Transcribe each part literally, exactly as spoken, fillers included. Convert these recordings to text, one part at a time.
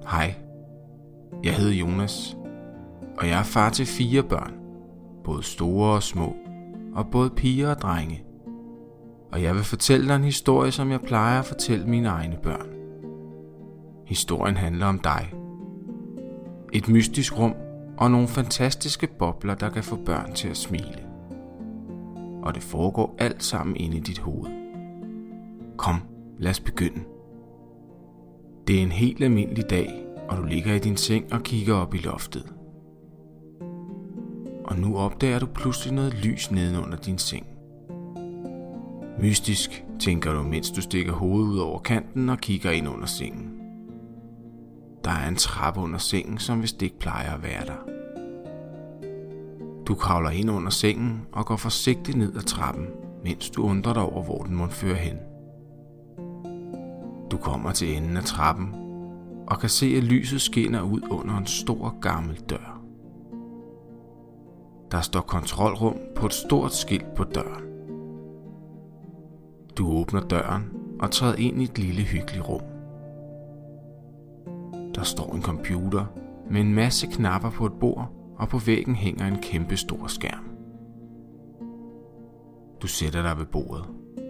Hej, jeg hedder Jonas, og jeg er far til fire børn, både store og små, og både piger og drenge. Og jeg vil fortælle dig en historie, som jeg plejer at fortælle mine egne børn. Historien handler om dig. Et mystisk rum og nogle fantastiske bobler, der kan få børn til at smile. Og det foregår alt sammen inde i dit hoved. Kom, lad os begynde. Det er en helt almindelig dag, og du ligger i din seng og kigger op i loftet. Og nu opdager du pludselig noget lys nedenunder din seng. Mystisk, tænker du, mens du stikker hovedet ud over kanten og kigger ind under sengen. Der er en trappe under sengen, som vist ikke plejer at være der. Du kravler ind under sengen og går forsigtigt ned ad trappen, mens du undrer dig over, hvor den må føre hen. Du kommer til enden af trappen og kan se, at lyset skinner ud under en stor gammel dør. Der står kontrolrum på et stort skilt på døren. Du åbner døren og træder ind i et lille hyggeligt rum. Der står en computer med en masse knapper på et bord, og på væggen hænger en kæmpe stor skærm. Du sætter dig ved bordet.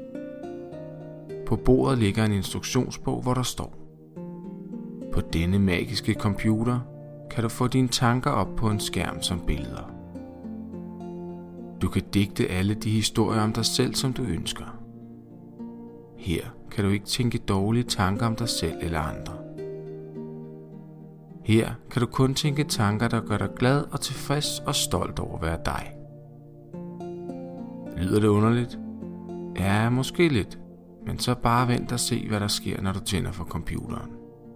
På bordet ligger en instruktionsbog, hvor der står: på denne magiske computer kan du få dine tanker op på en skærm som billeder. Du kan digte alle de historier om dig selv, som du ønsker. Her kan du ikke tænke dårlige tanker om dig selv eller andre. Her kan du kun tænke tanker, der gør dig glad og tilfreds og stolt over at være dig. Lyder det underligt? Ja, måske lidt, men så bare vent og se, hvad der sker, når du tænder for computeren.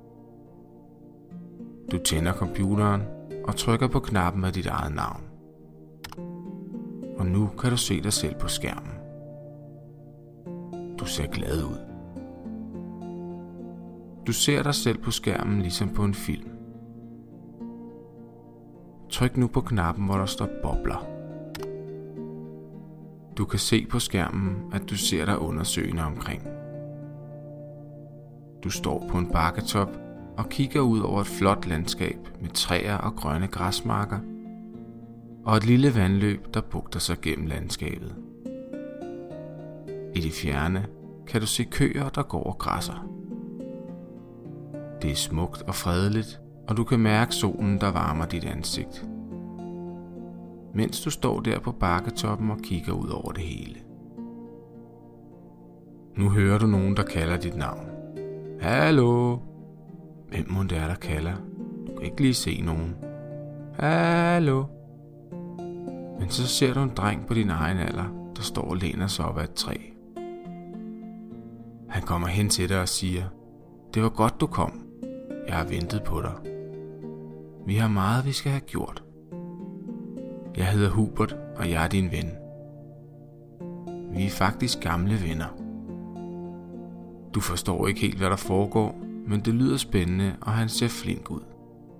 Du tænder computeren og trykker på knappen med dit eget navn. Og nu kan du se dig selv på skærmen. Du ser glad ud. Du ser dig selv på skærmen ligesom på en film. Tryk nu på knappen, hvor der står bobler. Du kan se på skærmen, at du ser dig undersøgende omkring. Du står på en bakketop og kigger ud over et flot landskab med træer og grønne græsmarker og et lille vandløb, der bugter sig gennem landskabet. I det fjerne kan du se køer, der går og græsser. Det er smukt og fredeligt, og du kan mærke solen, der varmer dit ansigt, mens du står der på bakketoppen og kigger ud over det hele. Nu hører du nogen, der kalder dit navn. Hallo? Hvem må det er, der kalder? Du kan ikke lige se nogen. Hallo? Men så ser du en dreng på din egen alder, der står og læner sig op ad et træ. Han kommer hen til dig og siger: det var godt, du kom. Jeg har ventet på dig. Vi har meget, vi skal have gjort. Jeg hedder Hubert, og jeg er din ven. Vi er faktisk gamle venner. Du forstår ikke helt, hvad der foregår, men det lyder spændende, og han ser flink ud.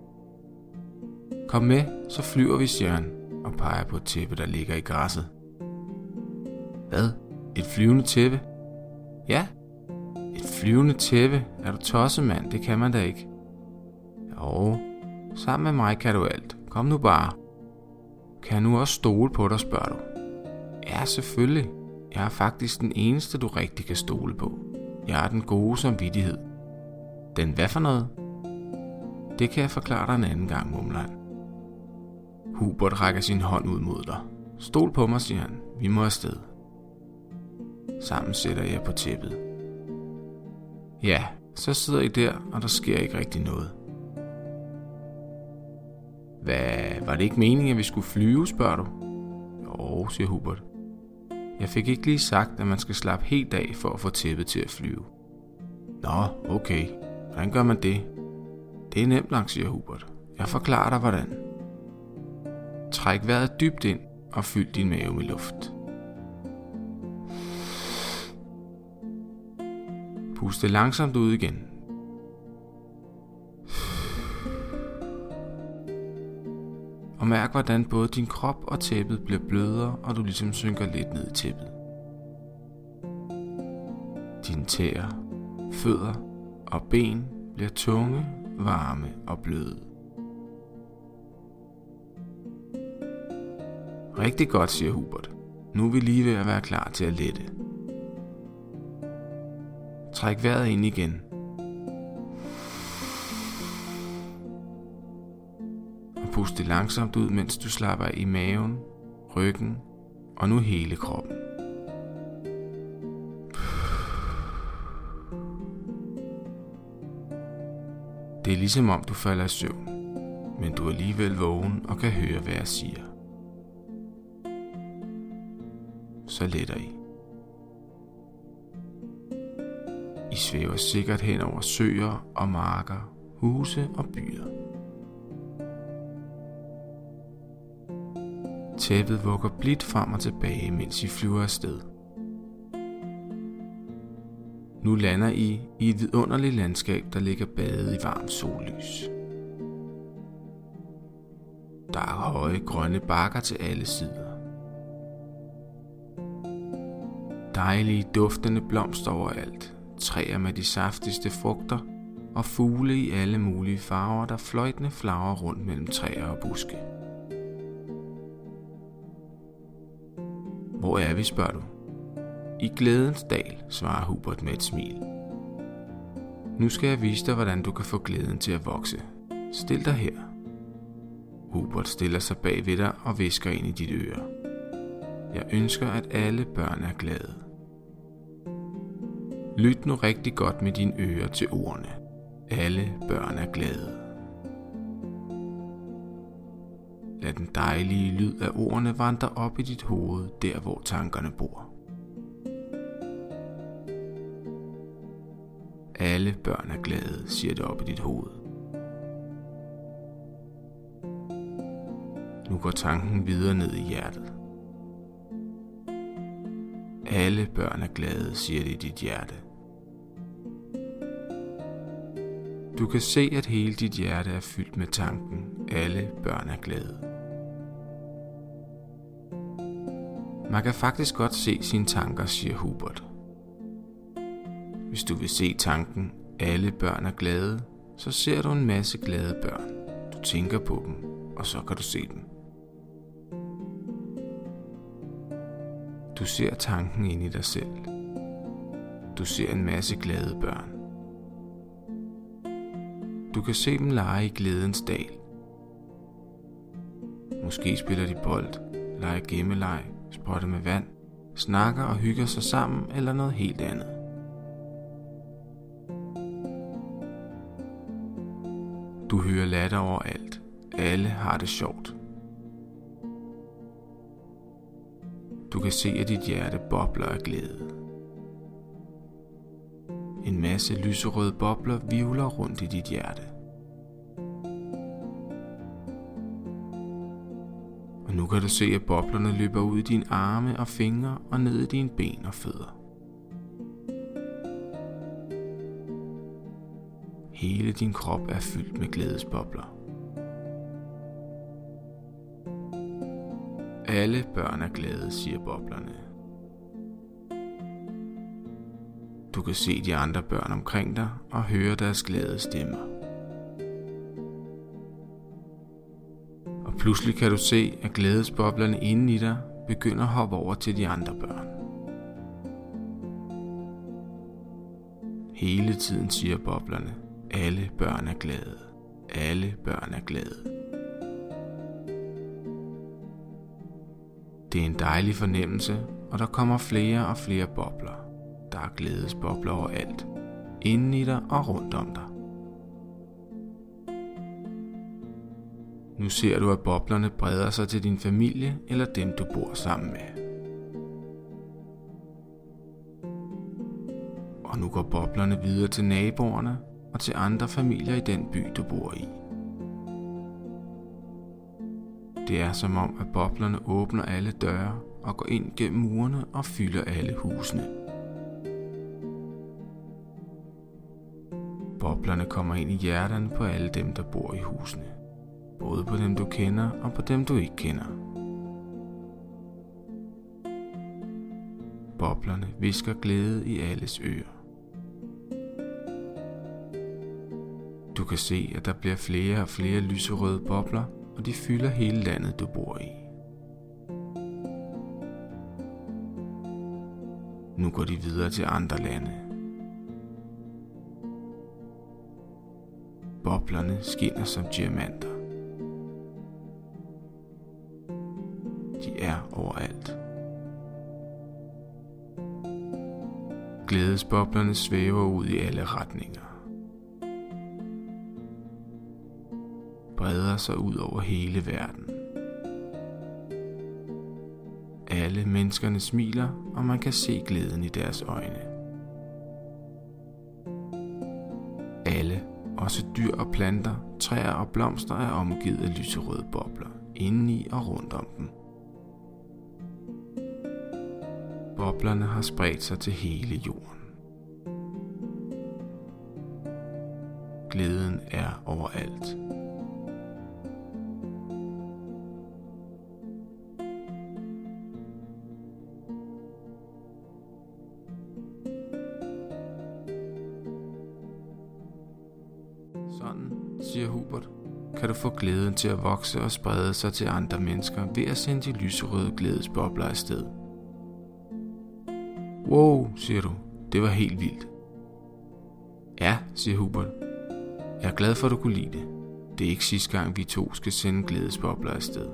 Kom med, så flyver vi, siger han, og peger på et tæppe, der ligger i græsset. Hvad? Et flyvende tæppe? Ja, et flyvende tæppe. Er du tosset, mand? Det kan man da ikke. Jo, sammen med mig kan du alt. Kom nu bare. Kan jeg nu også stole på dig, spørger du? Ja, selvfølgelig. Jeg er faktisk den eneste, du rigtig kan stole på. Jeg er den gode samvittighed. Den hvad for noget? Det kan jeg forklare dig en anden gang, mumler han. Hubert rækker sin hånd ud mod dig. Stol på mig, siger han. Vi må afsted. Sammen sætter jeg på tæppet. Ja, så sidder I der, og der sker ikke rigtig noget. Hvad, var det ikke meningen, at vi skulle flyve, spørger du? Jo, siger Hubert. Jeg fik ikke lige sagt, at man skal slappe helt af for at få tæppet til at flyve. Nå, okay. Hvordan gør man det? Det er nemt langt, siger Hubert. Jeg forklarer dig, hvordan. Træk vejret dybt ind og fyld din mave med luft. Pust det langsomt ud igen. Og mærk, hvordan både din krop og tæppet bliver blødere, og du ligesom synker lidt ned i tæppet. Dine tæer, fødder og ben bliver tunge varme og bløde. Rigtig godt, siger Hubert. Nu er vi lige ved at være klar til at lette. Træk vejret ind igen. Og pust det langsomt ud, mens du slapper af i maven, ryggen og nu hele kroppen. Det er ligesom om du falder i søvn, men du er alligevel vågen og kan høre, hvad jeg siger. Så letter I. I svæver sikkert hen over søer og marker, huse og byer. Tæppet vugger blidt frem og tilbage, mens I flyver afsted. Nu lander I i et vidunderligt landskab, der ligger badet i varmt sollys. Der er høje grønne bakker til alle sider. Dejlige duftende blomster overalt, træer med de saftigste frugter og fugle i alle mulige farver, der fløjtende flagrer rundt mellem træer og buske. Hvor er vi, spørger du? I glædens dal, svarer Hubert med et smil. Nu skal jeg vise dig, hvordan du kan få glæden til at vokse. Stil dig her. Hubert stiller sig bag ved dig og hvisker ind i dit øre. Jeg ønsker, at alle børn er glade. Lyt nu rigtig godt med dine ører til ordene. Alle børn er glade. Lad den dejlige lyd af ordene vandre op i dit hoved, der hvor tankerne bor. Alle børn er glade, siger det op i dit hoved. Nu går tanken videre ned i hjertet. Alle børn er glade, siger det i dit hjerte. Du kan se, at hele dit hjerte er fyldt med tanken. Alle børn er glade. Man kan faktisk godt se sine tanker, siger Hubert. Hvis du vil se tanken, alle børn er glade, så ser du en masse glade børn. Du tænker på dem, og så kan du se dem. Du ser tanken ind i dig selv. Du ser en masse glade børn. Du kan se dem lege i glædens dal. Måske spiller de bold, leger gemmeleg, spotter med vand, snakker og hygger sig sammen eller noget helt andet. Du hører latter overalt. Alle har det sjovt. Du kan se, at dit hjerte bobler af glæde. En masse lyserøde bobler hvirvler rundt i dit hjerte. Og nu kan du se, at boblerne løber ud i dine arme og fingre og ned i dine ben og fødder. Hele din krop er fyldt med glædesbobler. Alle børn er glade, siger boblerne. Du kan se de andre børn omkring dig og høre deres glade stemmer. Og pludselig kan du se, at glædesboblerne inde i dig begynder at hoppe over til de andre børn. Hele tiden siger boblerne, alle børn er glade. Alle børn er glade. Det er en dejlig fornemmelse, og der kommer flere og flere bobler. Der er glædesbobler overalt, inden i dig og rundt om dig. Nu ser du, at boblerne breder sig til din familie eller dem, du bor sammen med. Og nu går boblerne videre til naboerne og til andre familier i den by, du bor i. Det er som om, at boblerne åbner alle døre og går ind gennem murene og fylder alle husene. Boblerne kommer ind i hjerterne på alle dem, der bor i husene. Både på dem, du kender og på dem, du ikke kender. Boblerne hvisker glæde i alles ører. Du kan se, at der bliver flere og flere lyserøde bobler, og de fylder hele landet, du bor i. Nu går de videre til andre lande. Boblerne skinner som diamanter. De er overalt. Glædesboblerne svæver ud i alle retninger. Breder sig ud over hele verden. Alle menneskerne smiler, og man kan se glæden i deres øjne. Alle, også dyr og planter, træer og blomster er omgivet af lyserøde bobler, indeni og rundt om dem. Boblerne har spredt sig til hele jorden. Glæden er overalt. Sådan, siger Hubert, kan du få glæden til at vokse og sprede sig til andre mennesker ved at sende de lyserøde glædesbobler afsted. Wow, siger du, det var helt vildt. Ja, siger Hubert. Jeg er glad for, at du kunne lide det. Det er ikke sidste gang, vi to skal sende glædesbobler afsted.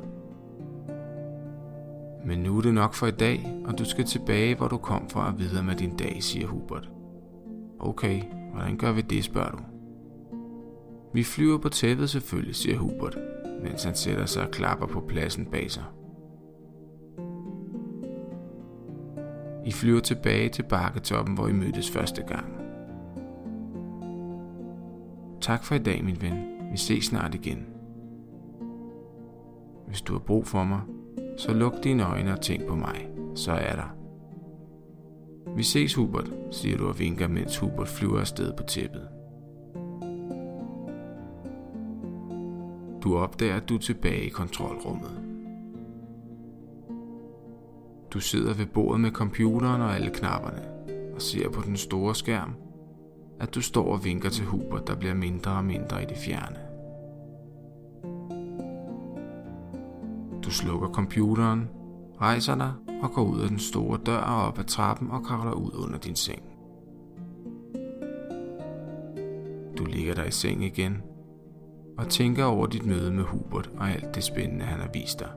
Men nu er det nok for i dag, og du skal tilbage, hvor du kom fra og videre med din dag, siger Hubert. Okay, hvordan gør vi det, spørger du. Vi flyver på tæppet selvfølgelig, siger Hubert, mens han sætter sig og klapper på pladsen bag sig. I flyver tilbage til bakketoppen, hvor I mødtes første gang. Tak for i dag, min ven. Vi ses snart igen. Hvis du har brug for mig, så luk dine øjne og tænk på mig. Så er der. Vi ses, Hubert, siger du og vinker, mens Hubert flyver afsted på tæppet. Du opdager, at du er tilbage i kontrolrummet. Du sidder ved bordet med computeren og alle knapperne, og ser på den store skærm, at du står og vinker til Hubert, der bliver mindre og mindre i det fjerne. Du slukker computeren, rejser dig og går ud af den store dør og op ad trappen og kravler ud under din seng. Du ligger dig i seng igen og tænker over dit møde med Hubert og alt det spændende, han har vist dig.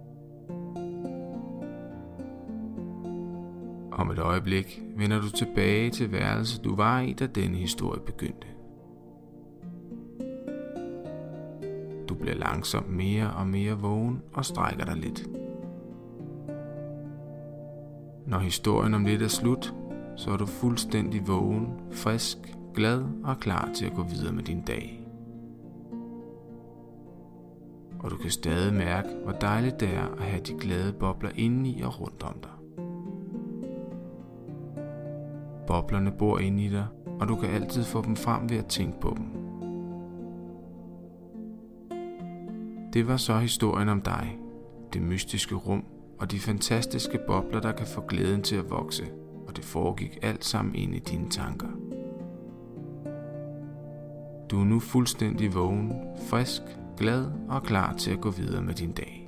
Om et øjeblik vender du tilbage til værelset, du var i, da denne historie begyndte. Du bliver langsomt mere og mere vågen og strækker dig lidt. Når historien om lidt er slut, så er du fuldstændig vågen, frisk, glad og klar til at gå videre med din dag. Og du kan stadig mærke, hvor dejligt det er at have de glade bobler indeni og rundt om dig. Boblerne bor inde i dig, og du kan altid få dem frem ved at tænke på dem. Det var så historien om dig, det mystiske rum og de fantastiske bobler, der kan få glæden til at vokse, og det foregik alt sammen inde i dine tanker. Du er nu fuldstændig vågen, frisk, glad og klar til at gå videre med din dag.